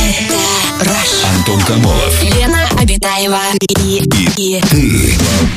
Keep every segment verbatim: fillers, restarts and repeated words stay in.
Это Rush. Антон Камолов. Лена Обитаева. И, и, и. Ты.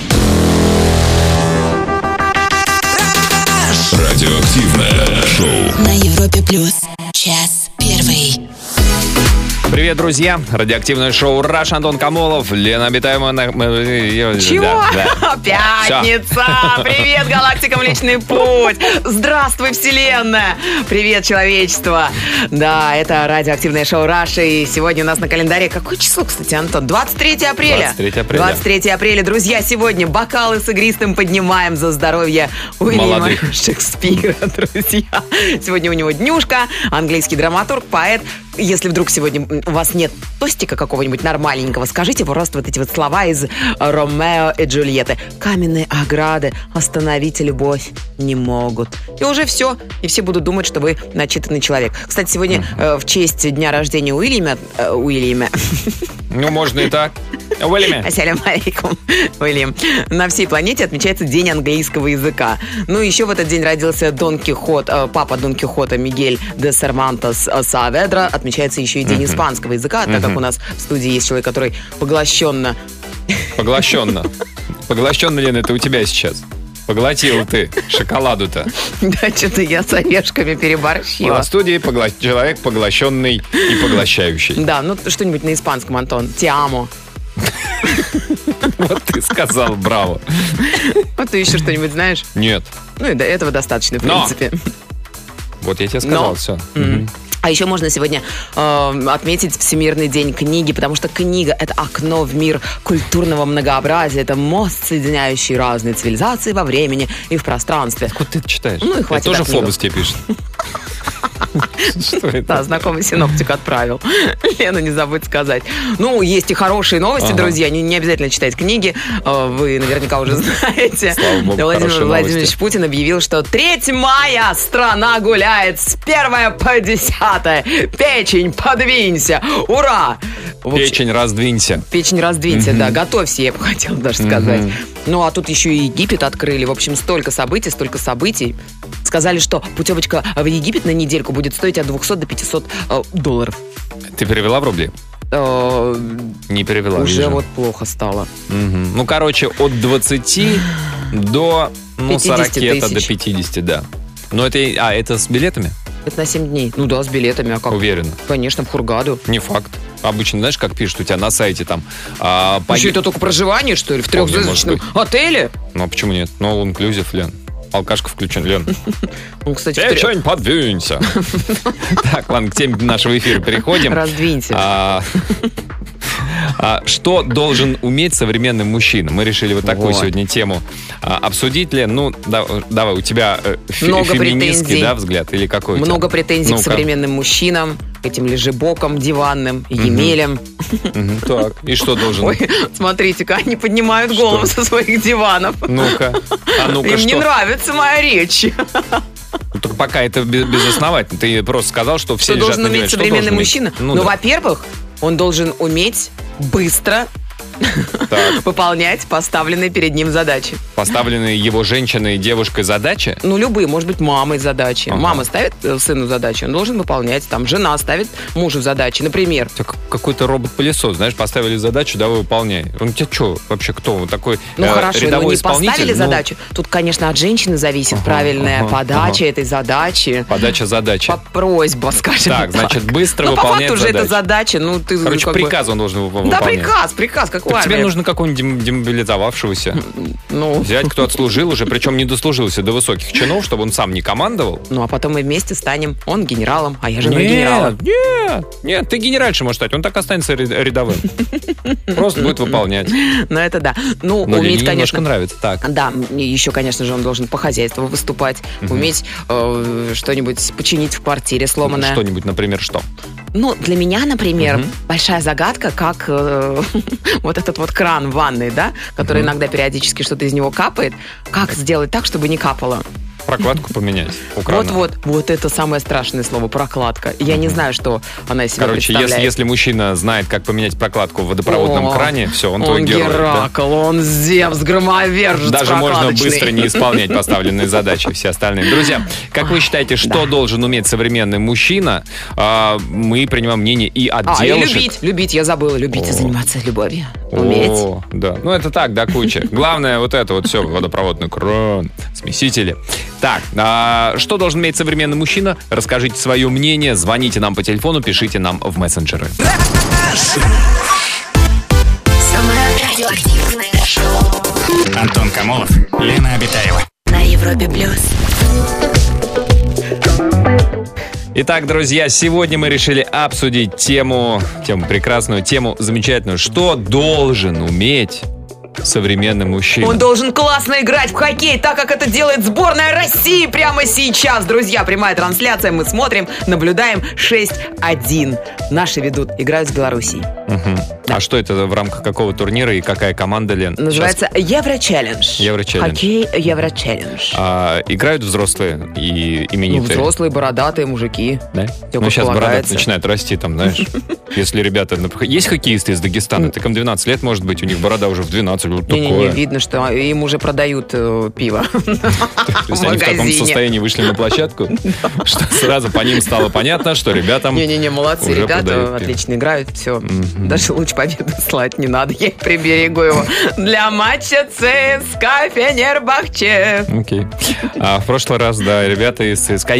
Радиоактивное шоу. На Европе Плюс. Час первый. Привет, друзья! Радиоактивное шоу «Rush», Антон Камолов, Лена Обитаева. Чего? Да, да. Пятница! Всё. Привет, галактика Млечный Путь! Здравствуй, Вселенная! Привет, человечество! Да, это радиоактивное шоу «Rush», и сегодня у нас на календаре... Какое число, кстати, Антон? двадцать третье апреля. двадцать третье апреля. двадцать третье апреля. Друзья, сегодня бокалы с игристым поднимаем за здоровье Уильяма Молодых. Шекспира, друзья. Сегодня у него днюшка, английский драматург, поэт. Если вдруг сегодня у вас нет тостика какого-нибудь нормальненького, скажите просто вот эти вот слова из «Ромео и Джульетты». «Каменные ограды остановить любовь не могут». И уже все. И все будут думать, что вы начитанный человек. Кстати, сегодня э, в честь дня рождения Уильяма... Э, Уильяма. Ну, можно и так. Уильяме. Ассаляму алейкум, Уильям. На всей планете отмечается День английского языка. Ну, еще в этот день родился Дон Кихот, э, папа Дон Кихота Мигель де Сервантес Сааведра. Отмечается еще и День uh-huh. испанского языка, так uh-huh. как у нас в студии есть человек, который поглощенно... Поглощенно. Поглощенно, Лена, это у тебя сейчас. Поглотил ты шоколаду-то. Да, что-то я с орешками переборщила. А в студии погла... человек поглощенный и поглощающий. Да, ну что-нибудь на испанском, Антон. «Тиамо». Вот ты сказал, браво. Вот ты еще что-нибудь знаешь? Нет. Ну и до этого достаточно, в Но. принципе. Вот я тебе сказал, Но. все. Mm. А еще можно сегодня э, отметить Всемирный день книги, потому что книга — это окно в мир культурного многообразия, это мост, соединяющий разные цивилизации во времени и в пространстве. Откуда ты это читаешь? Ну и хватит. Это тоже о книгах. Фобос тебе пишет. Что это? Да, знакомый синоптик отправил. Лена, не забудь сказать. Ну, есть и хорошие новости, Ага. друзья. Не, не обязательно читать книги. Э, Вы наверняка уже знаете. Слава богу, Владимир хорошие Владимирович новости. Путин объявил, что третьего мая страна гуляет с первого по десятое. Печень, подвинься. Ура! В общем, Печень, раздвинься. Печень раздвинься, Мгм. да, готовься, я бы хотела даже сказать. Ну, а тут еще и Египет открыли. В общем, столько событий, столько событий. Сказали, что путевочка в Египет на недельку будет стоить от двухсот до пятисот э, долларов. Ты перевела в рубли? Э, Не перевела. уже вижу. вот плохо стало. Мгм. Ну, короче, от двадцати до ну, пятидесяти сорока это до тысяч. пятидесяти, да. Но это, и- а, это с билетами? Это на семь дней. Ну да, с билетами, а как? Уверена. Конечно, в Хургаду. Не факт. Обычно, знаешь, как пишут у тебя на сайте там... А, А что, пои- это только проживание, что ли, в трехзвездочном может отеле? Ну, а почему нет? No all-inclusive, Лен. Алкашка включен, Лен. Ну, кстати, в трех- Печень, подвинься. Так, ладно, к теме нашего эфира переходим. Раздвиньте. А, а, Что должен уметь современный мужчина? Мы решили вот такую Вот. сегодня тему а, обсудить, Лен. Ну, да- давай, у тебя э, фе- Много феминистский, претензий. да, взгляд? Или какой у тебя? Много претензий Ну-ка. к современным мужчинам, к этим лежебокам диванным, емелям. Мгм, так, и что должен? Ой, смотрите-ка, они поднимают голову со своих диванов. Ну-ка, а ну-ка, Им не что? нравится моя речь. Ну, только пока это без- безосновательно. Ты просто сказал, что все Что лежат должен на диване. уметь Что современный должен уметь? мужчина? Ну, Ну, да. во-первых, он должен уметь быстро Так. выполнять поставленные перед ним задачи. Поставленные его женщиной и девушкой задачи. Ну, любые, может быть, мамой задачи. Ага. Мама ставит э, сыну задачи, он должен выполнять. Там жена ставит мужу задачи. Например, У тебя как- какой-то робот-пылесос, знаешь, поставили задачу, давай выполняй. Он тебя что, вообще кто? Он такой ну э, хорошо, но рядовой не исполнитель? поставили Ну, задачу. Тут, конечно, от женщины зависит Ага, правильная ага, подача ага. этой задачи. Подача задачи. По просьба, скажем Так, значит, быстро Ну, по выполнять факту же это задачи. задача. Ну, ты Короче, как бы- приказ он должен вы- Да, выполнять. приказ, приказ, как в Так тебе армии. нужно какого-нибудь дем- демобилизовавшегося Ну, взять, кто отслужил уже, причем не дослужился до высоких чинов, чтобы он сам не командовал. ну, а потом мы вместе станем. Он генералом, а я женой генерала. нет, нет, ты генеральшим можешь стать, он так останется ря- рядовым. Просто будет выполнять. Ну, это да. Ну, Но Лене уметь, немножко конечно... нравится. Так. Да, и еще, конечно же, он должен по хозяйству выступать, уметь э, что-нибудь починить в квартире сломанное. Что-нибудь, например, что? Ну, для меня, например, Мгм. большая загадка, как э, вот этот вот кран в ванной, да, который Мгм. иногда периодически что-то из него капает, как сделать так, чтобы не капало? Прокладку поменять у крана. Вот-вот, вот это самое страшное слово, прокладка. Я не знаю, что она из себя Короче, представляет. если, если мужчина знает, как поменять прокладку в водопроводном О, кране, все, он, он твой герой. Геракл, Да? он Зевс, громовержец Даже можно прокладочный. быстро не исполнять поставленные задачи, все остальные. Друзья, как вы считаете, что да. должен уметь современный мужчина? А, мы принимаем мнение и от А, девушек. и любить, любить, я забыла, любить О. и заниматься любовью. Уметь. О, да. Ну, это так, да, куча. Главное, вот это вот все, водопроводный кран, смесители. Так, а, что должен иметь современный мужчина? Расскажите свое мнение, звоните нам по телефону, пишите нам в мессенджеры. Самое радиоактивное шоу Антон Камолов, Лена Обитаева. на Европе плюс. Итак, друзья, сегодня мы решили обсудить тему, тему прекрасную, тему замечательную. Что должен уметь современный мужчина? Он должен классно играть в хоккей, так как это делает сборная России прямо сейчас. Друзья, прямая трансляция, мы смотрим, наблюдаем шесть один. Наши ведут, играют с Белоруссией. Угу. А что это в рамках какого турнира и какая команда, Лен? Называется Евро-челлендж. Евро-челлендж. Хоккей Евро-челлендж. А, играют взрослые и Ну, именитые? взрослые, бородатые мужики. Да? Всё, Ну, как сейчас борода полагается. начинает расти, там, знаешь. Если ребята... например, есть хоккеисты из Дагестана, так им двенадцать лет, может быть, у них борода уже в двенадцать, вот Не-не-не, такое. видно, что им уже продают э, пиво То в есть они в таком магазине. состоянии вышли на площадку, что сразу по ним стало понятно, что ребятам... Не-не-не, молодцы уже ребята, продают пиво. отлично играют, все. Даже луч победы слать не надо, я приберегу его. Для матча ЦСКА Фенербахче. Окей. А в прошлый раз, да, ребята из ЦСКА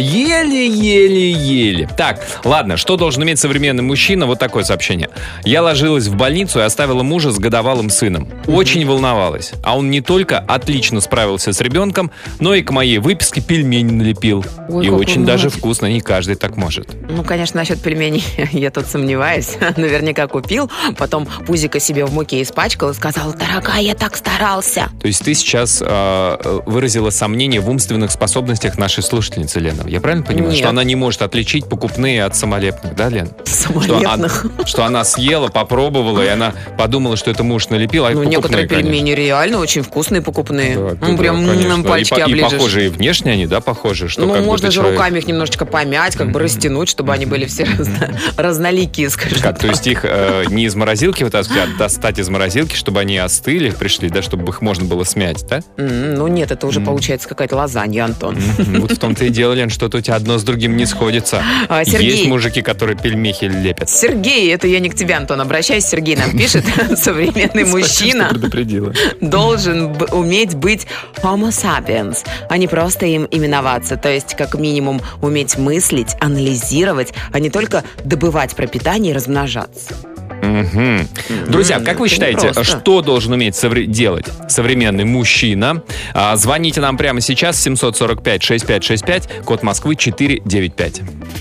еле-еле-еле. Так, ладно, что должен иметь современный мужчина? Вот такое сообщение. Я ложилась в больницу и оставила мужа с годовалым сыном. Очень волновалась. А он не только отлично справился с ребенком, но и к моей выписке пельмени налепил. Ой, и какой очень даже молодец. вкусно, не каждый так может. Ну, конечно, насчет пельменей я тут сомневаюсь. Наверняка купил, потом пузико себе в муке испачкал и сказал: дорогая, я так старался. То есть ты сейчас э, выразила сомнение в умственных способностях нашей слушательницы, Лена. Я правильно понимаю? Нет. Что она не может отличить покупные от самолепных, да, Лен? Что, Самолетных. она- что она съела, попробовала, и она подумала, что это муж налепил, а Ну, это некоторые покупные, пельмени реально очень вкусные, покупные. конечно. Да, Ну, да, прям конечно. м, пальчики и, по- и оближешь. похожие внешне они, да, похожи? Что Ну, как можно будто же человек- руками их немножечко помять, как бы растянуть, чтобы они были все разно- разноликие, скажем Как, то так. есть их э, не из морозилки вытаскивать, а достать из морозилки, чтобы они остыли, пришли, да, чтобы их можно было смять, да? М, Ну нет, это уже получается какая-то лазанья, Антон. М, Вот в том-то и дело, Лен, что-то у тебя одно с другим не сходится. А, Сергей. Есть мужики, которые пельмехи лепят. Сергей, это я не к тебе, Антон, обращаюсь. Сергей нам пишет, современный мужчина предупредила. должен б- уметь быть homo sapiens, а не просто им именоваться. То есть, как минимум, уметь мыслить, анализировать, а не только добывать пропитание и размножаться. Мгм. Друзья, как вы это считаете, непросто. что должен уметь совре- делать современный мужчина? А, звоните нам прямо сейчас семь сорок пять шестьдесят пять шестьдесят пять, код Москвы четыре девять пять.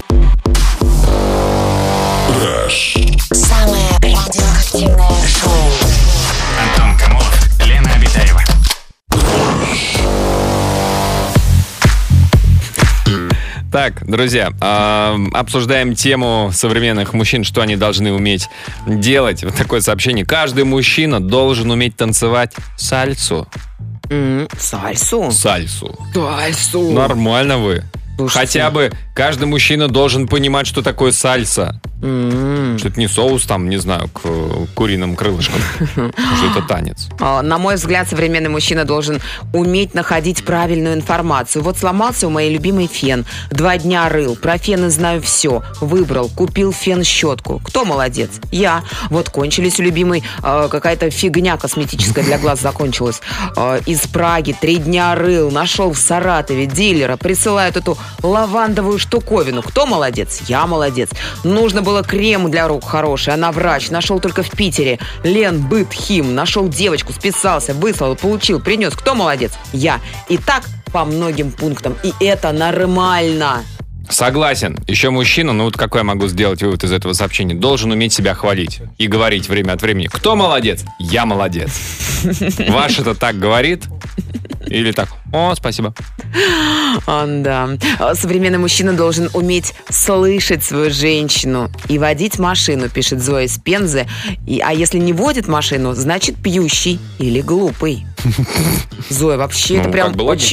Самое радиоактивное шоу. Антон Камолов, Лена Обитаева. Так, друзья, а, обсуждаем тему современных мужчин, что они должны уметь делать. Вот такое сообщение. Каждый мужчина должен уметь танцевать сальсу. М, Сальсу? Сальсу. Сальсу. Нормально вы. Слушайте. Хотя бы каждый мужчина должен понимать, что такое сальса. М. Что это не соус, там, не знаю, к э, куриным крылышкам. Что это танец. А, На мой взгляд, современный мужчина должен уметь находить правильную информацию. Вот сломался у моей любимой фен. Два дня рыл. Про фены знаю все. Выбрал, купил фен-щетку. Кто молодец? Я. Вот кончились у любимой э, какая-то фигня косметическая для глаз закончилась. Э, из Праги три дня рыл. Нашел в Саратове дилера. Присылают эту лавандовую штуковину. Кто молодец? Я молодец. Нужно было крем для рук хороший. Она врач. Нашел только в Питере. Лен, быт, хим. Нашел девочку, списался, выслал, получил, принес. Кто молодец? Я. И так по многим пунктам. И это нормально. Согласен. Еще мужчина, ну вот какой я могу сделать вывод из этого сообщения, должен уметь себя хвалить и говорить время от времени. Кто молодец? Я молодец. Ваш это так говорит? Или так, о, спасибо. А, да. А, Современный мужчина должен уметь слышать свою женщину и водить машину, пишет Зоя из Пензы. И, а если не водит машину, значит пьющий или глупый. Зоя, вообще Ну, это прям как бы очень, логично.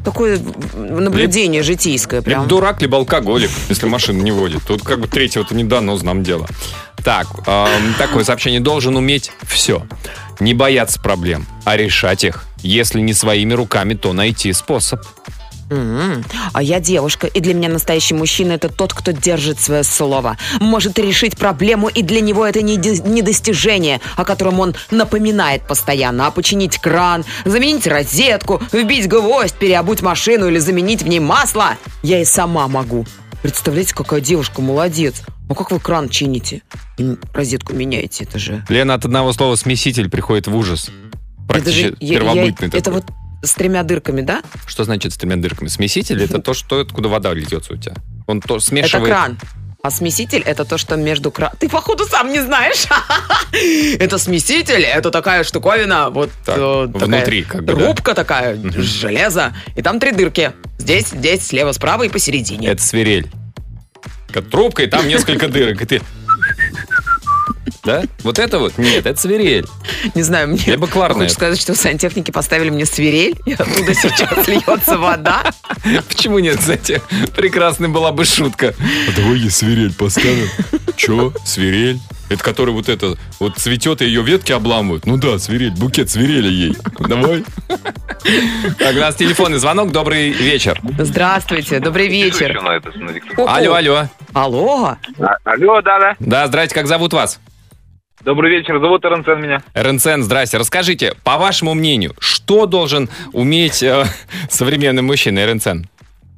такое наблюдение житейское Либо прям. дурак, либо алкоголик, если машину не водит. Тут как бы третьего-то не дано, нам дело. Так, эм, такое сообщение. Должен уметь все. Не бояться проблем, а решать их. Если не своими руками, то найти способ. М-м. А я девушка, и для меня настоящий мужчина — это тот, кто держит свое слово. Может решить проблему, и для него это не, ди- не достижение, о котором он напоминает постоянно. А починить кран, заменить розетку, вбить гвоздь, переобуть машину или заменить в ней масло я и сама могу. Представляете, какая девушка молодец. Ну как вы кран чините? И розетку меняете, это же... Лена от одного слова «смеситель» приходит в ужас. Это же Практически я- я- первобытный это такой. вот с тремя дырками, да? Что значит с тремя дырками? Смеситель — это то, что, откуда вода льется у тебя. Он то Это смешивает... кран. А смеситель — это то, что между кран... Ты, походу, сам не знаешь. Это смеситель, это такая штуковина, вот Так, э, такая внутри как бы, да? трубка такая, железо, и там три дырки. Здесь, здесь, слева, справа и посередине. Это свирель. Как трубка, и там несколько дырок. И ты... Да? Вот это вот? Нет, это свирель. Не знаю, мне Либо кларнет. хочешь сказать, что сантехники поставили мне свирель, и оттуда сейчас льется вода. Почему нет, кстати? Прекрасная была бы шутка. А давай я свирель поставим. Че? Свирель? Это который вот это, вот цветет, и ее ветки обламывают. Ну да, свирель, букет свирели ей. Давай. Так, у нас телефонный звонок. Добрый вечер. Здравствуйте, добрый вечер. Еще на это смотри. Ку-ку. Алло, алло. Алло. А, алло, да-да. Да, здрасте, как зовут вас? Добрый вечер, зовут Эрнцен меня. Ренцен, здрасте. Расскажите, по вашему мнению, что должен уметь э, современный мужчина, Ренцен?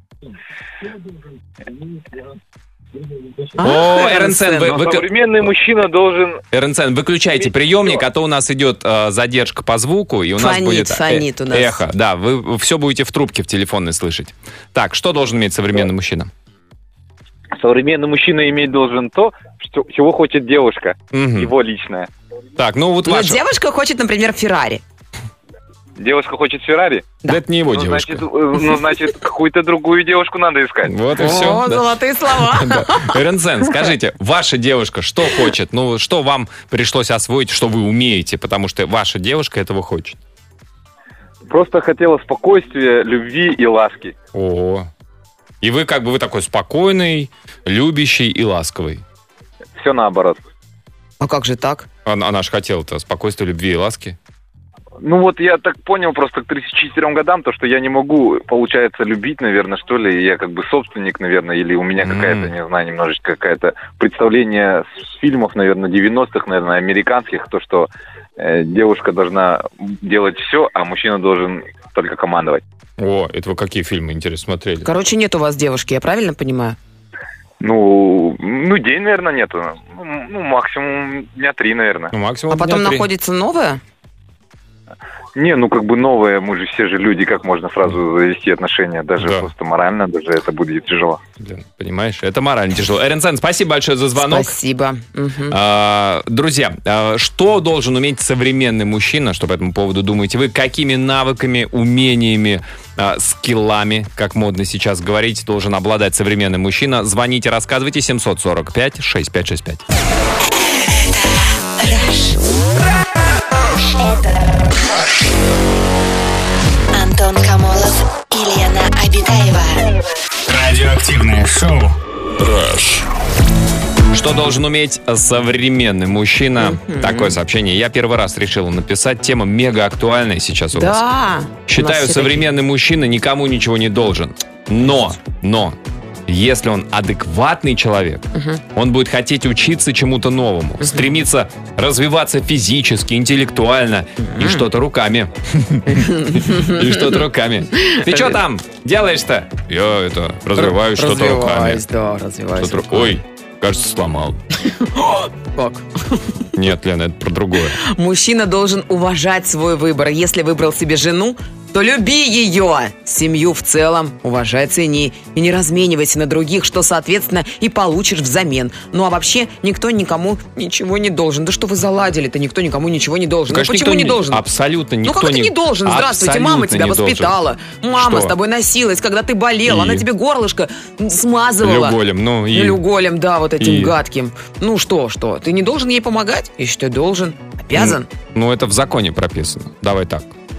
О, А, Эрнцен, вы, Но вы, современный мужчина должен... Эрнцен, выключайте приемник, а то у нас идет э, задержка по звуку, и у нас Фонит, будет э, фонит у нас. эхо. Да, вы все будете в трубке в телефонной слышать. Так, что должен иметь современный мужчина? Современный мужчина иметь должен то, что, чего хочет девушка, Мгм. его личное. Так, ну вот Но ваша... девушка хочет, например, Феррари. Девушка хочет Феррари? Да это не его Ну, девушка. значит, э, ну, значит, какую-то другую девушку надо искать. Вот и О, все. золотые слова. Ренцен, скажите, ваша девушка что хочет? Ну, что вам пришлось освоить, что вы умеете? Потому что ваша девушка этого хочет. Просто хотела спокойствия, любви и ласки. О. И вы как бы вы такой спокойный, любящий и ласковый. Все наоборот. А как же так? Она, она же хотела-то спокойствия, любви и ласки. Ну вот я так понял просто к тридцати четырем годам, то, что я не могу, получается, любить, наверное, что ли. Я как бы собственник, наверное, или у меня М. какая-то, не знаю, немножечко какая-то представление с фильмов, наверное, девяностых, наверное, американских, то, что э, девушка должна делать все, а мужчина должен только командовать. О, это вы какие фильмы, интересно, смотрели? Короче, нет у вас девушки, я правильно понимаю? Ну, ну день, наверное, нету. Ну, ну, максимум дня три, наверное. Ну, максимум А потом дня три. находится новая? Не, ну как бы новое, мы же все же люди, как можно сразу завести отношения, даже Да. просто морально, даже это будет тяжело. Блин, понимаешь, это морально тяжело. Эрнцен, спасибо большое за звонок. Спасибо. Мгм. А, друзья, а, что должен уметь современный мужчина, что по этому поводу думаете вы? Какими навыками, умениями, а, скиллами, как модно сейчас говорить, должен обладать современный мужчина? Звоните, рассказывайте. семьсот сорок пять шестьдесят пять шестьдесят пять. Антон Камолов и Лена Обитаева. Радиоактивное шоу. Что должен уметь современный мужчина? Такое сообщение. Я первый раз решил написать. Тема мега актуальная сейчас у вас. Да. Считаю, У нас все современный мужчина никому ничего не должен. Но, но, если он адекватный человек, он будет хотеть учиться чему-то новому, стремиться развиваться физически, интеллектуально и что-то руками. И что-то руками. Ты что там делаешь-то? Я это, развиваю что-то руками. Развиваюсь, да, развиваюсь. Что-то ру- Ой, кажется, сломал. Как? Нет, Лена, это про другое. Мужчина должен уважать свой выбор. Если выбрал себе жену, то люби ее. Семью в целом уважай, цени. И не разменивайся на других, что, соответственно, и получишь взамен. Ну, а вообще, никто никому ничего не должен. Да что вы заладили-то? Никто никому ничего не должен. Конечно, ну, почему никто не должен? Абсолютно Ну, никто как это не должен? Здравствуйте, мама абсолютно тебя не должен. воспитала. Мама Что? с тобой носилась, когда ты болел. И? Она тебе горлышко смазывала. Люголем, ну и... Люголем, да, вот этим И? гадким. Ну что, что? Ты не должен ей помогать? Я считаю, должен. Обязан. Ну, это в законе прописано. Давай так.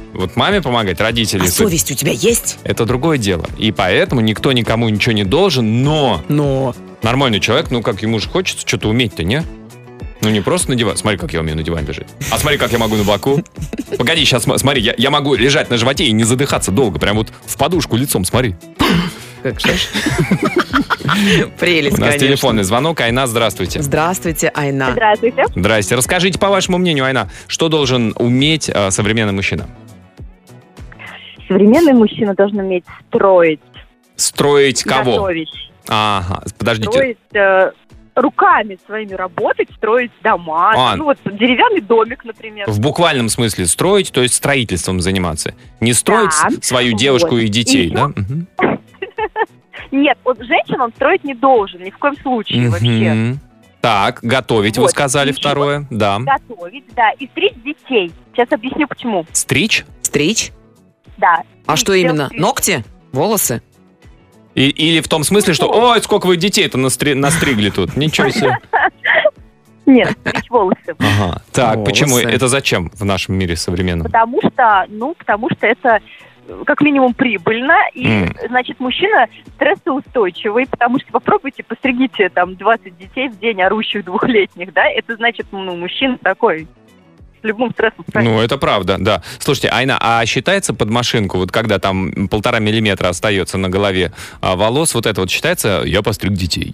Вот маме помогать, родители... А совесть у тебя есть? Это другое дело. И поэтому никто никому ничего не должен, но... Но... Нормальный человек, ну как, ему же хочется что-то уметь-то, не? Ну не просто на диван. Смотри, как я умею на диван лежать. А смотри, как я могу на боку. Погоди, сейчас смотри, я, я могу лежать на животе и не задыхаться долго. Прям вот в подушку лицом, смотри. Как же. Прелесть, У нас конечно. телефонный звонок. Айна, здравствуйте. Здравствуйте, Айна. Здравствуйте. Здрасте. Расскажите, по вашему мнению, Айна, что должен уметь э, современный мужчина? Современный мужчина должен уметь строить, Строить кого? готовить. Ага, подождите. Строить э, руками своими работать, строить дома. А. Ну вот деревянный домик, например. В буквальном смысле строить, то есть строительством заниматься. Не строить Да. свою девушку Вот. и детей, И да? Мгм. Нет, вот женщин он строить не должен, ни в коем случае вообще. Мгм. Так, готовить, вы Вот. сказали И второе. Да. Готовить, да, и стричь детей. Сейчас объясню, почему. Стричь? Стричь? Да. А Стричь, что именно? прям стричь. Ногти? Волосы? И- или в том смысле, что ой, сколько вы детей-то настри- настригли тут. Ничего себе. Нет, стричь волосы. Ага. Так, Волосы. почему? Это зачем в нашем мире современном? Потому что, ну, потому что это э, как минимум прибыльно, и, М. значит, мужчина стрессоустойчивый, потому что попробуйте, постригите там двадцать детей в день, орущих двухлетних, да, это значит, ну, мужчина такой, с любым стрессом справится. Ну, это правда, да. Слушайте, Айна, а считается под машинку, вот когда там полтора миллиметра остается на голове а, волос, вот это вот считается, я постриг детей?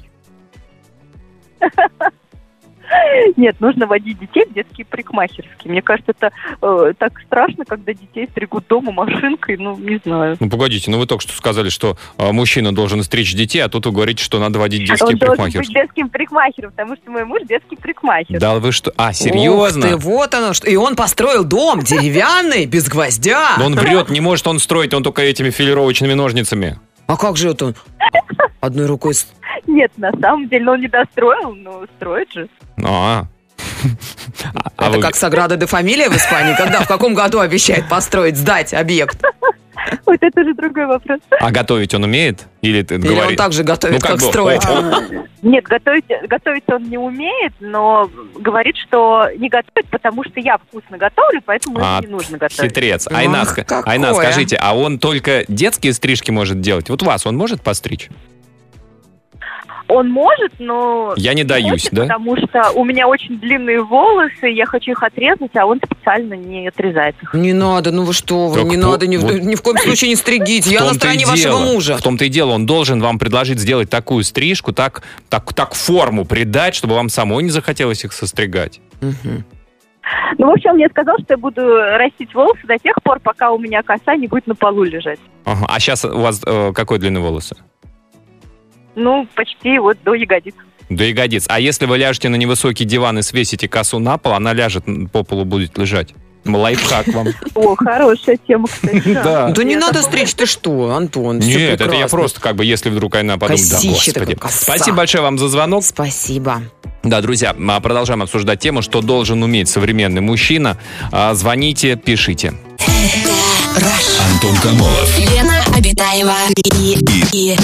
Нет, нужно водить детей в детские парикмахерские. Мне кажется, это э, так страшно, когда детей стригут дома машинкой, ну, не знаю. Ну, погодите, ну вы только что сказали, что а, мужчина должен стричь детей, а тут вы говорите, что надо водить детские Он должен быть парикмахерские. детским парикмахером, потому что мой муж детский парикмахер. Да вы что? А, Ух серьезно? ты, вот оно что. И он построил дом деревянный, без гвоздя. Да он врет, не может он строить, он только этими филировочными ножницами. А как же это он? Одной рукой... с- Нет, на самом деле, он не достроил, но строит же. А, А Это вы- как Саграда де Фамилия в Испании, когда в каком году обещает построить, сдать объект? Вот это уже другой вопрос. А готовить он умеет? Или ты Или говоришь? он так же готовит, Ну, как как бы, строит? о, Нет, готовить, готовить он не умеет, но говорит, что не готовит, потому что я вкусно готовлю, поэтому А, ему не нужно готовить. хитрец. Ах, Айна, ска- какое. Айна, скажите, а он только детские стрижки может делать? Вот вас он может постричь? Он может, но... Я не даюсь, хочет, да? Потому что у меня очень длинные волосы, я хочу их отрезать, а он специально не отрезает их. Не надо, ну вы что, вы, Так не по- надо, ни, в- вот- ни в коем случае не стригите. Я В на том-то и стороне вашего дело. мужа. В том-то и дело, он должен вам предложить сделать такую стрижку, так, так, так форму придать, чтобы вам самой не захотелось их состригать. Мгм. Ну, в общем, он мне сказал, что я буду растить волосы до тех пор, пока у меня коса не будет на полу лежать. Ага. А сейчас у вас э, какой длины волосы? Ну, почти вот до ягодиц. До ягодиц. А если вы ляжете на невысокий диван и свесите косу на пол, она ляжет, по полу будет лежать. Лайфхак вам. О, хорошая тема, кстати. Да. Да не Я надо такого- стричь, ты что, Антон? всё Нет, это я прекрасно. просто как бы, если вдруг Айна подумает, да, Косище господи. такое, коса. Спасибо большое вам за звонок. Спасибо. Да, друзья, а, продолжаем обсуждать тему, что должен уметь современный мужчина. А, Звоните, пишите. Антон Камолов. Лена Обитаева и, и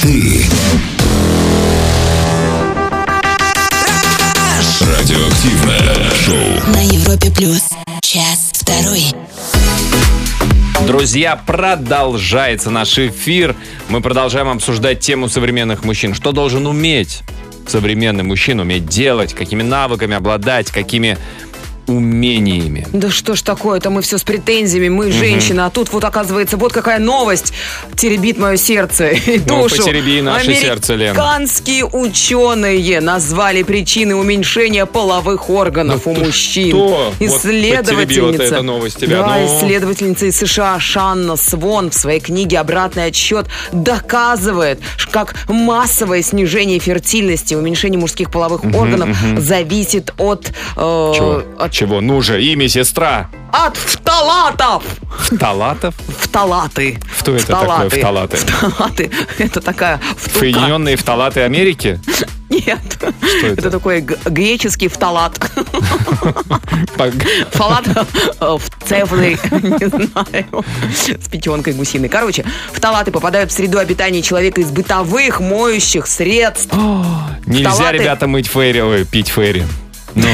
Радиоактивное шоу. на Европе плюс. Час второй. Друзья, продолжается наш эфир. Мы продолжаем обсуждать тему современных мужчин. Что должен уметь современный мужчина, уметь делать, какими навыками обладать, какими умениями. Да что ж такое-то, мы все с претензиями, мы женщины, а тут вот оказывается вот какая новость теребит мое сердце и Ну, душу. потереби и наше сердце, Лен. Американские ученые назвали причины уменьшения половых органов Ну, у ты мужчин. что? Вот Исследовательница, потеребила-то эта новость тебя, да, ну. исследовательница из США Шанна Свон в своей книге «Обратный отсчет» доказывает, ш- как массовое снижение фертильности, уменьшение мужских половых органов зависит от... э, Чего? от Чего? Ну же, имя, сестра. От фталатов! Фталатов? Фталаты. Что это такое, фталаты? Фталаты. Это такая втулка. Соединенные фталаты Америки? Нет. Что это? Это такой г- греческий фталат. По- Фталат э, в цефры, не знаю, с печенкой гусиной. Короче, фталаты попадают в среду обитания человека из бытовых моющих средств. Нельзя, Фталаты. ребята, мыть фейри, ой, пить фейри. Ну,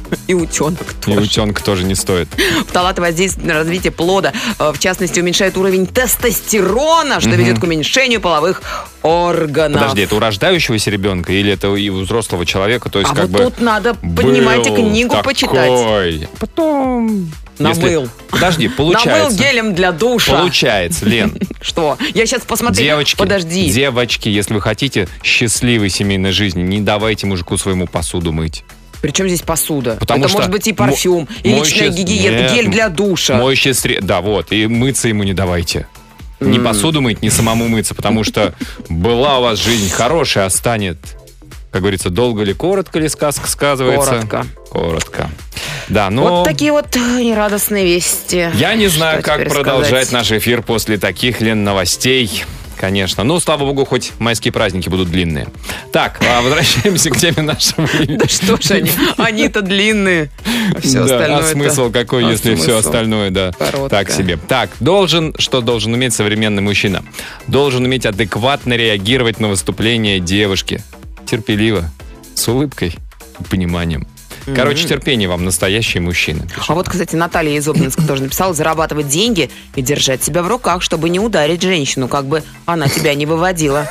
И утенок И тоже. утенка тоже не стоит. Фталаты воздействуют на развитие плода. Э, В частности, уменьшает уровень тестостерона, что Мгм. ведет к уменьшению половых органов. Подожди, это у рождающегося ребенка или это и у взрослого человека? То есть А как вот бы тут надо, понимаете, был книгу такой. почитать. Потом... Намыл. Если- Подожди, Намыл получается. гелем для душа. Получается, Лен. Что? Я сейчас посмотрю. Девочки, Подожди. девочки, если вы хотите счастливой семейной жизни, не давайте мужику своему посуду мыть. Причем здесь посуда? Потому Это что может быть и мо- парфюм, и личная моющее- гигиена, Нет, гель для душа. Моющее средство. Да, вот. И мыться ему не давайте. Не М. посуду мыть, не самому мыться, потому что была у вас жизнь хорошая, а станет, как говорится, долго ли, коротко ли сказка сказывается? Коротко. Коротко. Да, но... Вот такие вот э, нерадостные вести. Я не знаю, Что как теперь продолжать сказать? наш эфир после таких, Лен, новостей. Конечно. Ну, слава богу, хоть майские праздники будут длинные. Так, а возвращаемся к теме нашего. Да что ж они, они-то длинные. А все Да, остальное. а смысл какой, а если все смысл? остальное, да, Короткое. так себе. Так, должен, что должен уметь современный мужчина? Должен уметь адекватно реагировать на выступление девушки. Терпеливо, с улыбкой и пониманием. Короче, терпение вам, настоящий мужчина. А вот, кстати, Наталья из Обнинска тоже написала: зарабатывать деньги и держать себя в руках, чтобы не ударить женщину, как бы она тебя не выводила.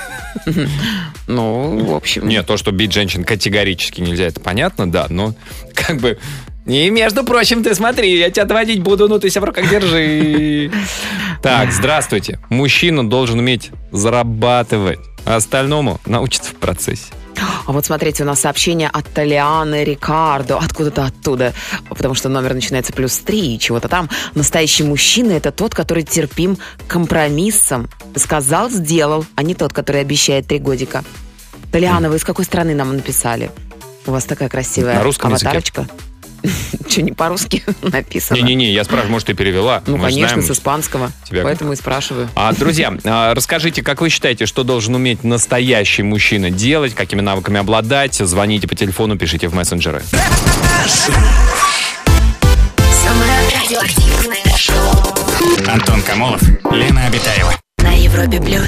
Ну, в общем. Нет, то, что бить женщин категорически нельзя, это понятно, да, но как бы... И, между прочим, ты смотри, я тебя отводить буду, ну ты себя в руках держи. Так, здравствуйте. Мужчина должен уметь зарабатывать, а остальному научиться в процессе. А вот смотрите, у нас сообщение от Толианы Рикардо, откуда-то оттуда, потому что номер начинается плюс три и чего-то там. Настоящий мужчина — это тот, который терпим к компромиссам. Сказал, сделал, а не тот, который обещает три годика. Толиана, вы из какой страны нам написали? У вас такая красивая На русском языке. аватарочка. Что, не по-русски написано? Не-не-не, я спрашиваю, может, ты перевела? Ну, Мы же конечно, знаем с испанского. тебя. Поэтому и спрашиваю. А, друзья, а, расскажите, как вы считаете, что должен уметь настоящий мужчина делать, какими навыками обладать? Звоните по телефону, пишите в мессенджеры. Самое радиоактивное шоу Антон Камолов, Лена Обитаева. на Европе плюс.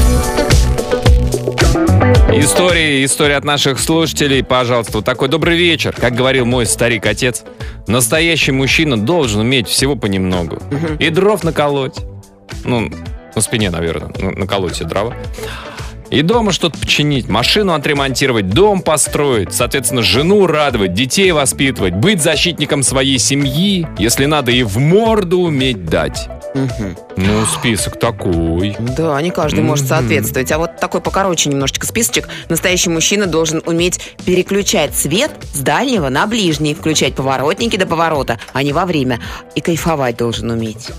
Истории, история от наших слушателей, пожалуйста. Вот такой добрый вечер. Как говорил мой старик-отец, настоящий мужчина должен уметь всего понемногу. И дров наколоть. Ну, на спине, наверное, ну, наколоть все дрова. И дома что-то починить, машину отремонтировать, дом построить, соответственно, жену радовать, детей воспитывать, быть защитником своей семьи, если надо, и в морду уметь дать. Ну, список такой. Да, не каждый может Мгм. соответствовать. А вот такой покороче немножечко списочек. Настоящий мужчина должен уметь переключать свет с дальнего на ближний, включать поворотники до поворота, а не во время. И кайфовать должен уметь.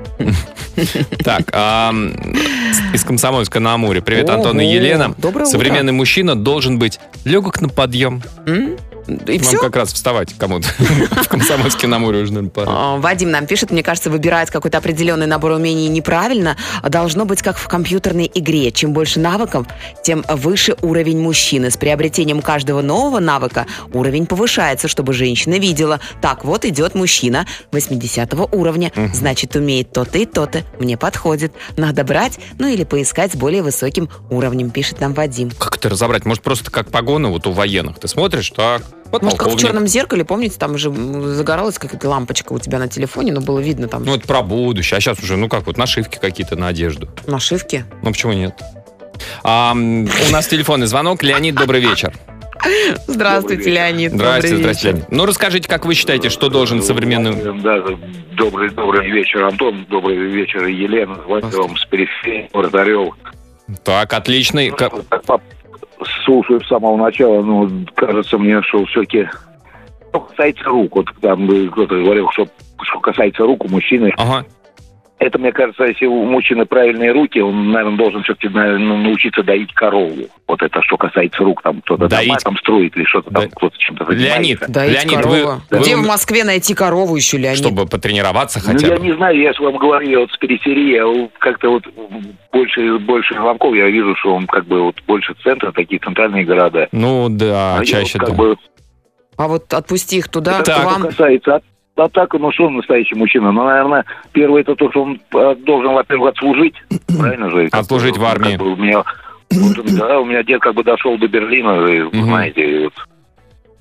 Так, а, из Комсомольска на Амуре. Привет, Ого. Антон и Елена. Доброе утро. Современный мужчина должен быть легок на подъем. М? И Нам все? как раз вставать кому-то в Комсомольске на Амуре уже, наверное, пора. А, Вадим нам пишет: мне кажется, выбирать какой-то определенный набор умений неправильно. Должно быть как в компьютерной игре. Чем больше навыков, тем выше уровень мужчины. С приобретением каждого нового навыка уровень повышается, чтобы женщина видела: так, вот идет мужчина восьмидесятого уровня, значит, умеет то-то и то-то, мне подходит. Надо брать, ну или поискать с более высоким уровнем, пишет нам Вадим. Как это разобрать? Может, просто как погоны вот у военных. Ты смотришь, так, вот Может, как в полковник. черном зеркале, помните, там уже загоралась какая-то лампочка у тебя на телефоне, но было видно там Ну, это про будущее. А сейчас уже, ну как, вот нашивки какие-то на одежду. нашивки. Ну, почему нет? А, м, у нас телефонный звонок. Леонид, добрый вечер. Здравствуйте, Леонид. Здравствуйте, Добрый здравствуйте, вечер. Леонид. Ну, расскажите, как вы считаете, что должен современный... Да, добрый, добрый вечер, Антон. Добрый вечер, Елена. Звоню вам с периферии, город Орел. Так, отличный. Ка- Так, пап, слушаю с самого начала, ну, кажется мне, что все-таки... Что касается рук, вот там э, кто-то говорил, что, что касается рук у мужчины, Ага. это, мне кажется, если у мужчины правильные руки, он, наверное, должен все-таки научиться доить корову. Вот это, что касается рук, там кто-то Доить? дома там строит или что-то там, Да. кто-то чем-то занимается. Леонид, Доить Леонид, корову. вы, Где вы- в Москве найти корову еще, Леонид? чтобы потренироваться Ну, хотя я бы. не знаю, я же вам говорю, я вот с периферии, я вот как-то вот больше, больше звонков, я вижу, что он как бы вот больше центра, такие центральные города. Ну, да, А я чаще вот да. как бы, А вот отпусти их туда, это к Так. что вам. касается от- атака, ну что он настоящий мужчина? Ну, наверное, первое это то, что он э, должен, во-первых, отслужить, правильно же? Как Отслужить бы, в армии. как бы у меня, вот, да, у меня дед как бы дошел до Берлина, и, вы Мгм. знаете, и вот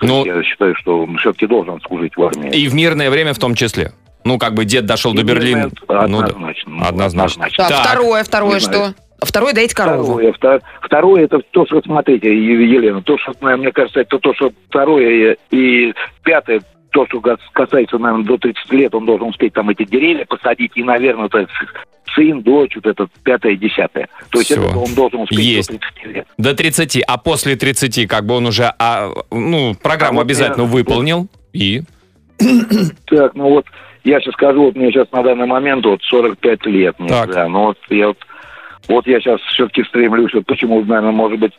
То Ну, есть я считаю, что он все-таки должен служить в армии. И в мирное время в том числе. Ну, как бы дед дошел до И Берлина. мирное, Ну, да. однозначно. Ну, Однозначно. однозначно. Так, Так. второе, второе Не что? знаю. Второе, доить корову. Второе, втор- второе, это то, что, смотрите, Е- Елена, то, что, наверное, мне кажется, это то, что второе и пятое, то, что га- касается, наверное, до тридцати лет, он должен успеть там эти деревья посадить, и, наверное, это сын, дочь, вот это пятое, десятое. То есть Всё. это он должен успеть Есть. до тридцати лет. До тридцати, а после тридцати, как бы он уже, а, ну, программу А вот обязательно я- выполнил. И? Так, ну вот, я сейчас скажу, вот мне сейчас на данный момент вот сорок пять лет мне, Так. да, ну вот я вот, вот я сейчас все-таки стремлюсь, вот почему, наверное, может быть,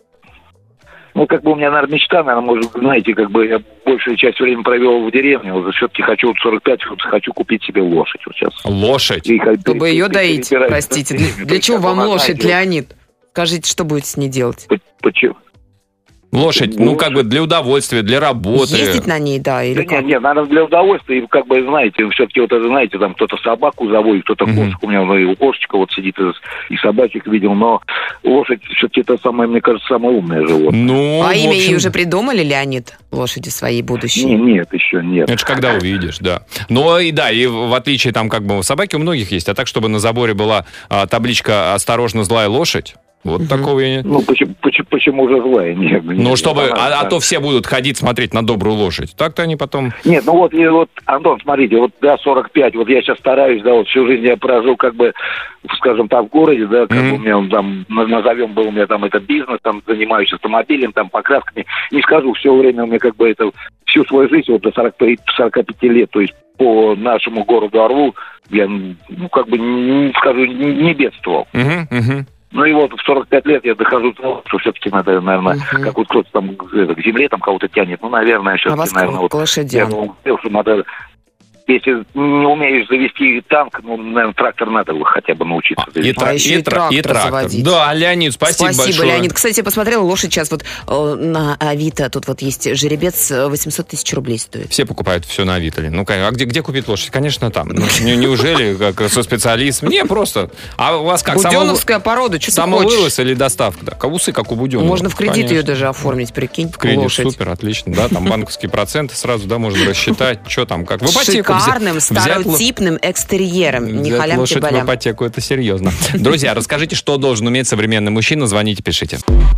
ну, как бы у меня, наверное, мечта, наверное, может, знаете, как бы я большую часть времени провел в деревне, вот все-таки хочу вот сорок пять, вот хочу купить себе лошадь вот сейчас. Лошадь. И х- Чтобы ее пере- доить, перебираюсь простите. по Для, деревне. для То чего есть, вам как бы, лошадь, знаете, Леонид? Скажите, что будете с ней делать? вот по- Почему? Лошадь, ну, как бы для удовольствия, для работы. Ездить на ней, да, или Да как? нет, нет, наверное, для удовольствия, и как бы, знаете, все-таки вот это, знаете, там кто-то собаку заводит, кто-то Мгм. кошку, у меня ну, и у кошечка вот сидит, и, и собачек видел, но лошадь все-таки это самое, мне кажется, самое умное животное. Ну, А в имя ей общем, уже придумали, Леонид, лошади своей будущей? Не, нет, еще нет. это же когда увидишь, да. Но и да, и в отличие там как бы собаки у многих есть, а так, чтобы на заборе была а, табличка «Осторожно, злая лошадь», вот такого я не... Ну, почему, почему, почему же злая? Нет, нет, Ну, нет, чтобы... она- А, а она- то все будут ходить смотреть на добрую лошадь. Так-то они потом... Нет, ну вот, и вот, Антон, смотрите, вот, да, сорок пять, вот я сейчас стараюсь, да, вот всю жизнь я прожил, как бы, скажем, там, в городе, да, как Мгм. бы у меня, он там, на- назовем, был у меня там это бизнес, там, занимаюсь автомобилем, там, покрасками, не скажу, все время у меня, как бы, это, всю свою жизнь, вот, до сорока пяти лет, то есть, по нашему городу Орлу, я, ну, как бы, не, скажу, не, не бедствовал. Мгм, мгм. Ну и вот в сорок пять лет я дохожу до того, что все-таки надо, наверное, Мгм. как вот кто-то там к это, к земле там кого-то тянет. Ну, наверное, А все-таки, вас наверное, к, вот к лошадям. я говорил, что надо, если не умеешь завести танк, ну, наверное, трактор надо было хотя бы научиться И, завести. тра- А еще и тра- трактор заводить. Да, Леонид, спасибо, большое. Леонид. Кстати, я посмотрела, лошадь сейчас вот э, на Авито, тут вот есть жеребец, э, восемьсот тысяч рублей стоит. Все покупают все на Авито. Ну, а где, где купить лошадь? Конечно, там. Ну, не- неужели, как со специалистом? Не, просто. А у вас как? Буденовская порода, что ты Самовывоз хочешь? или доставка? Да, усы, как у Буденова. Можно в кредит Конечно. ее даже оформить, прикинь, В кредит, лошадь. супер, отлично. Да, там банковские проценты сразу, да, можно рассчитать. Что там, как? В С ипотеку взять- шикарным, взять ло- стереотипным экстерьером. Не взять халям лошадь в балям. ипотеку, это серьезно. Друзья, расскажите, что должен уметь современный мужчина. Звоните, пишите.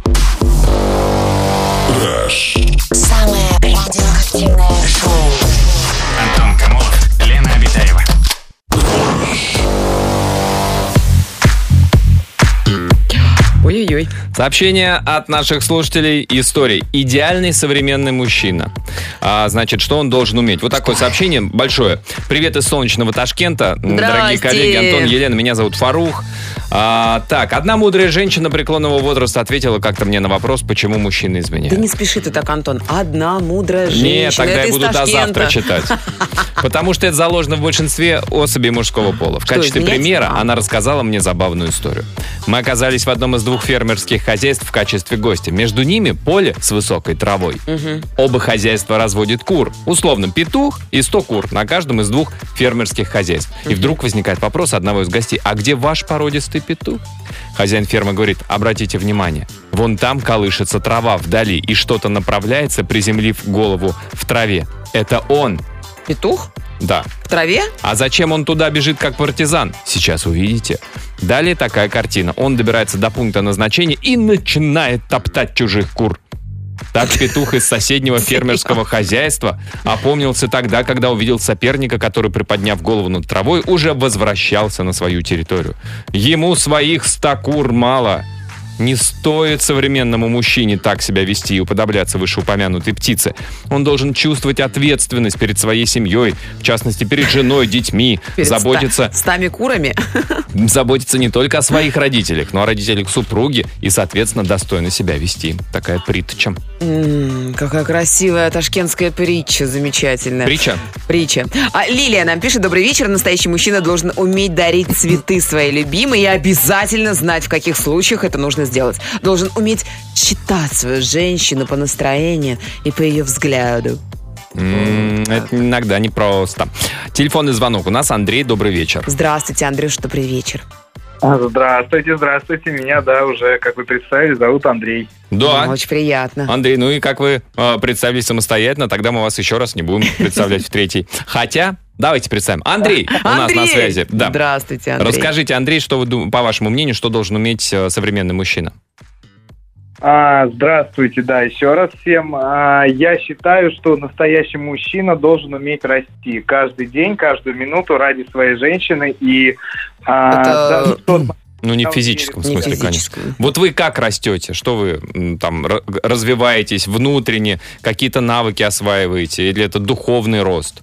Самое радиоактивное шоу. Антон Камолов, Лена Обитаева. Ой-ой-ой. Сообщение от наших слушателей. Истории. Идеальный современный мужчина. А, значит, что он должен уметь? Вот такое сообщение большое. Привет из солнечного Ташкента. Дорогие Здрасте. коллеги, Антон, Елена, меня зовут Фарух. А, так, одна мудрая женщина преклонного возраста ответила как-то мне на вопрос, почему мужчины изменяют. Да не спеши ты так, Антон. Одна мудрая женщина. Нет, тогда это я из буду до Ташкента. завтра читать. Потому что это заложено в большинстве особей мужского пола. В Что, качестве изменять? примера А. она рассказала мне забавную историю. Мы оказались в одном из двух фермерских хозяйств в качестве гостя. Между ними поле с высокой травой. Оба хозяйства разводят кур. Условно, петух и сто кур на каждом из двух фермерских хозяйств. И вдруг возникает вопрос одного из гостей: а где ваш породистый петух? Хозяин фермы говорит: обратите внимание, вон там колышется трава вдали, и что-то направляется, приземлив голову в траве. Это он. Петух? Да. В траве? А зачем он туда бежит, как партизан? Сейчас увидите. Далее такая картина. Он добирается до пункта назначения и начинает топтать чужих кур. Так петух из соседнего фермерского хозяйства опомнился тогда, когда увидел соперника, который, приподняв голову над травой, уже возвращался на свою территорию. Ему своих ста кур мало. Не стоит современному мужчине так себя вести и уподобляться вышеупомянутой птице. Он должен чувствовать ответственность перед своей семьей, в частности, перед женой, детьми, Перед заботиться, ста- стами курами? заботиться не только о своих родителях, но и о родителях супруги и, соответственно, достойно себя вести. Такая притча. М, Какая красивая ташкентская притча, замечательная. Притча? Притча. А Лилия нам пишет: добрый вечер. Настоящий мужчина должен уметь дарить цветы своей любимой и обязательно знать, в каких случаях это нужно сделать. Должен уметь читать свою женщину по настроению и по ее взгляду. М, Это иногда непросто. Телефонный звонок. У нас Андрей. Добрый вечер. Здравствуйте, Андрюш, добрый вечер. Здравствуйте, здравствуйте. Меня, да, уже, как вы представили, зовут Андрей. Да. Ну, очень приятно. Андрей, ну и как вы э, представились самостоятельно, тогда мы вас еще раз не будем представлять в третий. Хотя, давайте представим. Андрей у нас Андрей! на связи. Да. Здравствуйте, Андрей. Расскажите, Андрей, что вы, дум- по вашему мнению, что должен уметь э, современный мужчина? А, здравствуйте, да, еще раз всем. А, я считаю, что настоящий мужчина должен уметь расти каждый день, каждую минуту ради своей женщины. И а, Это- даже в тот момент, Ну, не в Я физическом Не смысле, физическом. конечно. Вот вы как растете? Что вы м, там р- развиваетесь внутренне? Какие-то навыки осваиваете? Или это духовный рост?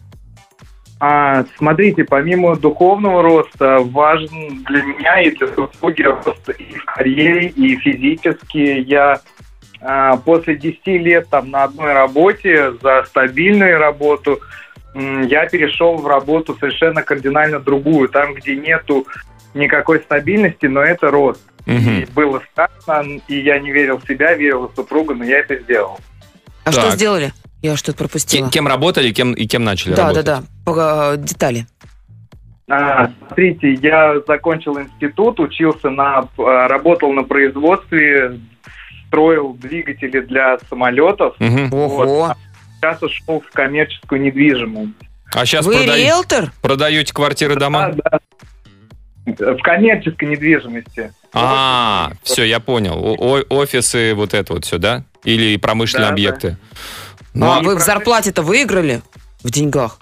А, смотрите, помимо духовного роста, важен для меня и для супруги рост и в карьере, и физически. Я а, после десяти лет там на одной работе за стабильную работу м, я перешел в работу совершенно кардинально другую, там, где нету никакой стабильности, но это рост. Мгм. И было страшно, и я не верил в себя, верил в супруга, но я это сделал. А Так. что сделали? Я что-то пропустила. Ке- Кем работали кем, и кем начали Да, работать? да, да. По- детали. А, смотрите, я закончил институт, учился на, а, работал на производстве, строил двигатели для самолетов. Мгм. Ого. Сейчас ушел в коммерческую недвижимость. А сейчас Вы риэлтор? продаете квартиры, дома? Да, да. В коммерческой недвижимости. А, все, я понял. О- о- офисы, вот это вот все, да? Или промышленные Да, да. объекты? Ну, А а- вы в зарплате-то выиграли? В деньгах?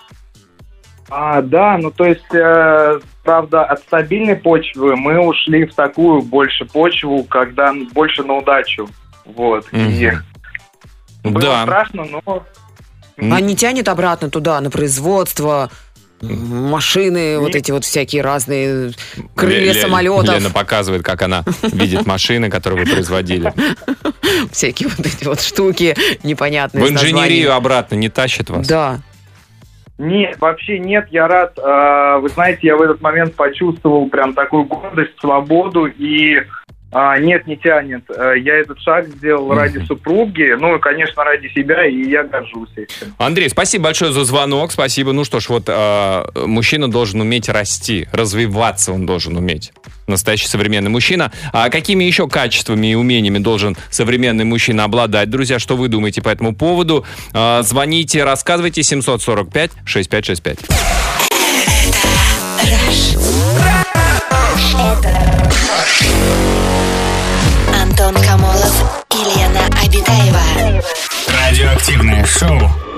А, да, ну то есть, э, правда, от стабильной почвы мы ушли в такую больше почву, когда больше на удачу. Вот. И Мгм. было Да. страшно, но... М. А не тянет обратно туда, на производство, м, машины, вот эти вот всякие разные крылья Ле- Ле- самолетов, Лена показывает, как она видит машины, которые вы производили. всякие вот эти вот штуки непонятные. В с названием. инженерию обратно не тащит вас? Да. Нет, вообще нет, я рад. э, Вы знаете, я в этот момент почувствовал прям такую гордость, свободу, и а, нет, не тянет. Э, Я этот шаг сделал ради супруги, ну и, конечно, ради себя, и я горжусь этим. Андрей, спасибо большое за звонок, спасибо. Ну что ж, вот а, мужчина должен уметь расти, развиваться он должен уметь. Настоящий современный мужчина. А какими еще качествами и умениями должен современный мужчина обладать? Друзья, что вы думаете по этому поводу? А, звоните, рассказывайте. семьсот сорок пять шестьдесят пять шестьдесят пять. Антон Камолов и Лена Обитаева. Радиоактивное шоу.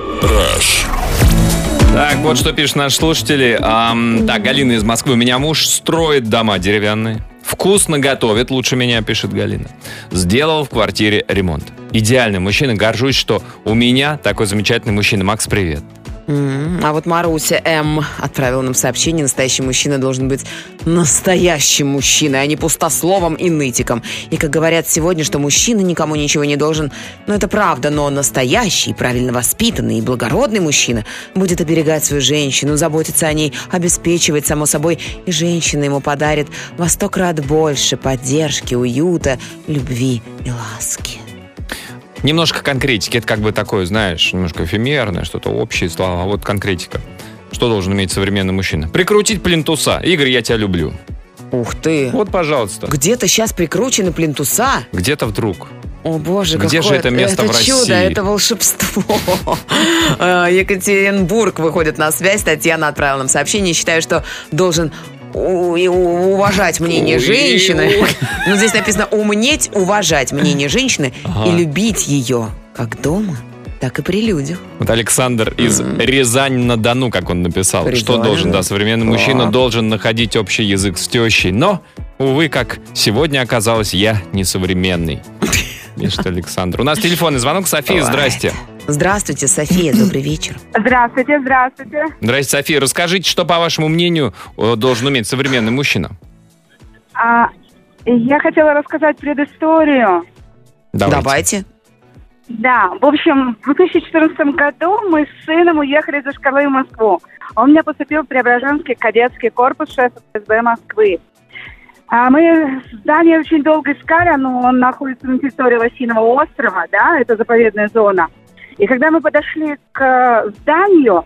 Так, вот что пишут наши слушатели. Ам, так, Галина из Москвы. У меня муж строит дома деревянные. Вкусно готовит, лучше меня, пишет Галина. Сделал в квартире ремонт. Идеальный мужчина. Горжусь, что у меня такой замечательный мужчина. Макс, привет. М, А вот Маруся М. отправила нам сообщение: настоящий мужчина должен быть настоящим мужчиной, а не пустословом и нытиком. И как говорят сегодня, что мужчина никому ничего не должен, ну это правда, но настоящий, правильно воспитанный и благородный мужчина будет оберегать свою женщину, заботиться о ней, обеспечивать, само собой, и женщина ему подарит во сто крат больше поддержки, уюта, любви и ласки. Немножко конкретики. Это как бы такое, знаешь, немножко эфемерное, что-то общие слова. А вот конкретика. Что должен иметь современный мужчина? Прикрутить плинтуса. Игорь, я тебя люблю. Ух ты! Вот, пожалуйста. Где-то сейчас прикручены плинтуса. Где-то вдруг. О, боже, Где какое же это место это в России? чудо, это волшебство. Э, Екатеринбург выходит на связь. Татьяна отправила нам сообщение. Считаю, что должен у- и у- уважать мнение Ой, женщины. ой. Но здесь написано уметь уважать мнение женщины Ага. и любить ее как дома, так и при людях. Вот Александр из Рязань-на-Дону, как он написал. Рязань, Что должен, да. да, современный Так. мужчина должен находить общий язык с тещей. Но, увы, как сегодня оказалось, я несовременный. Пишет Александр. У нас телефонный звонок. София, Бывает. здрасте. Здравствуйте, София, добрый вечер. Здравствуйте, здравствуйте. Здрасте, София. Расскажите, что, по вашему мнению, э, должен уметь современный мужчина? А, я хотела рассказать предысторию. Давайте. Да, в общем, в две тысячи четырнадцатом году мы с сыном уехали из школы в Москву. Он у меня поступил в Преображенский кадетский корпус шефа эф эс бэ Москвы. А мы здание очень долго искали, оно он находится на территории Лосиного острова, да, это заповедная зона. И когда мы подошли к зданию,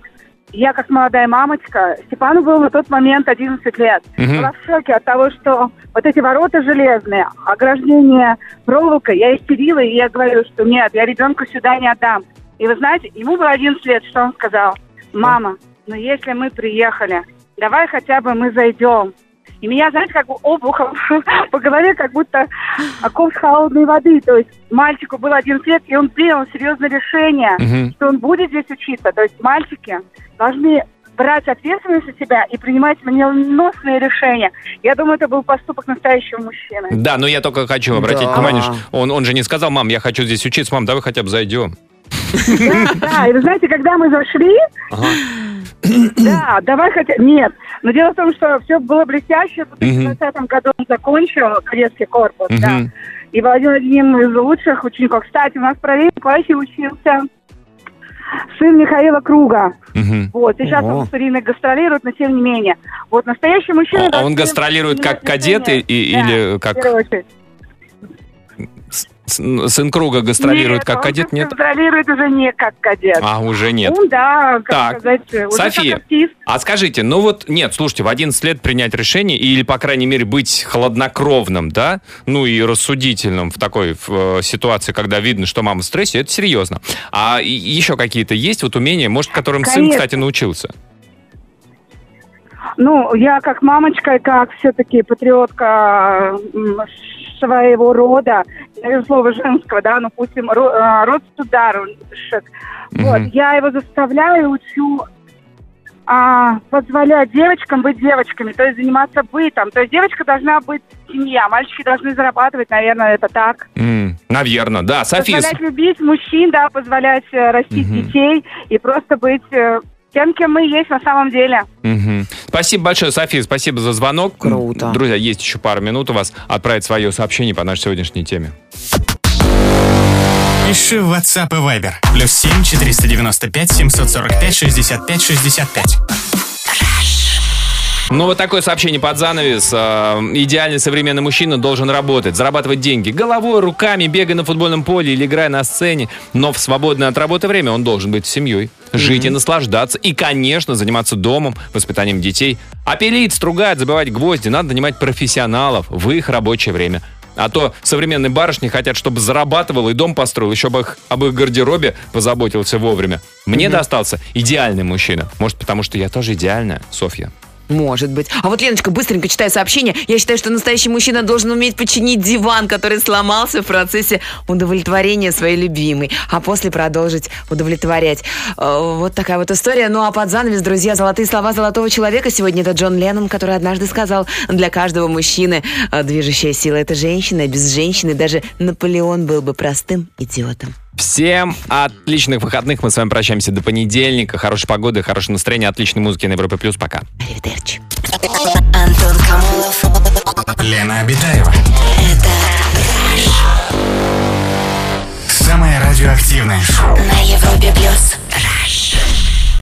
я как молодая мамочка, Степану было на тот момент одиннадцать лет. Мгм. Была в шоке от того, что вот эти ворота железные, ограждение проволокой, я истерила, и я говорю, что нет, я ребенка сюда не отдам. И вы знаете, ему было одиннадцать лет, что он сказал? Мама, ну если мы приехали, давай хотя бы мы зайдем. И меня, знаете, как бы обухом по голове, как будто окоп с холодной воды. То есть мальчику было одиннадцать лет, и он принял серьезное решение, Мгм. что он будет здесь учиться. То есть мальчики должны брать ответственность за себя и принимать молниеносные решения. Я думаю, это был поступок настоящего мужчины. Да, но я только хочу обратить Да. внимание, что он, он же не сказал: мам, я хочу здесь учиться, мам, давай хотя бы зайдем. Да, да, и вы знаете, когда мы зашли, Ага. да, давай хотя... Нет, но дело в том, что все было блестяще. В две тысячи двадцатом году он закончил кадетский корпус, да. Мгм. И был одним из лучших учеников. Кстати, у нас в параллельном классе учился сын Михаила Круга. Мгм. Вот, сейчас Ого. он все время гастролирует, но тем не менее. Вот настоящий мужчина... А- а должен он гастролирует как принимать кадет и- решения. и- Да, или в как- первую очередь. С- Сын Круга гастролирует Нет, как он кадет, нет? гастролирует уже не как кадет. А, уже нет. Он, да, как Так, сказать, уже София, как артист. а скажите, ну вот, нет, слушайте, в одиннадцать лет принять решение или, по крайней мере, быть хладнокровным, да, ну и рассудительным в такой в, э, ситуации, когда видно, что мама в стрессе, это серьезно. А и- еще какие-то есть вот умения, может, которым сын, Конечно. кстати, научился? Ну, я как мамочка и как все-таки патриотка м, своего рода, наверное, слово женского, да, ну, пусть им ро- а, род сударушек. Вот, Мгм. я его заставляю, учу а, позволять девочкам быть девочками, то есть заниматься бытом. То есть девочка должна быть семья, мальчики должны зарабатывать, наверное, это так. Наверное, да. София, с- Позволять любить мужчин, да, позволять э, растить Мгм. детей и просто быть э, тем, кем мы есть на самом деле. Мгм. Спасибо большое, София, спасибо за звонок. Круто. Друзья, есть еще пару минут у вас отправить свое сообщение по нашей сегодняшней теме. Пиши в WhatsApp и Viber. Плюс семь четыреста девяносто пять семьсот сорок пять шестьдесят пять шестьдесят пять. Ну, вот такое сообщение под занавес. Э, Идеальный современный мужчина должен работать, зарабатывать деньги головой, руками, бегая на футбольном поле или играя на сцене. Но в свободное от работы время он должен быть с семьей, жить и наслаждаться. И, конечно, заниматься домом, воспитанием детей. А пилить, стругать, забивать гвозди надо нанимать профессионалов в их рабочее время. А то современные барышни хотят, чтобы зарабатывал и дом построил, еще бы их, об их гардеробе позаботился вовремя. Мне достался идеальный мужчина. Может, потому что я тоже идеальная, Софья? Может быть. А вот, Леночка, быстренько читаю сообщение. Я считаю, что настоящий мужчина должен уметь починить диван, который сломался в процессе удовлетворения своей любимой, а после продолжить удовлетворять. Э, Вот такая вот история. Ну а под занавес, друзья, золотые слова золотого человека. Сегодня это Джон Леннон, который однажды сказал: для каждого мужчины э, движущая сила — это женщина. Без женщины даже Наполеон был бы простым идиотом. Всем отличных выходных. Мы с вами прощаемся до понедельника. Хорошей погоды, хорошего настроения, отличной музыки на Европе+. Пока. Аривидерчи. Антон Камолов. Лена Обитаева. Это Самое радиоактивное шоу. на Европе плюс.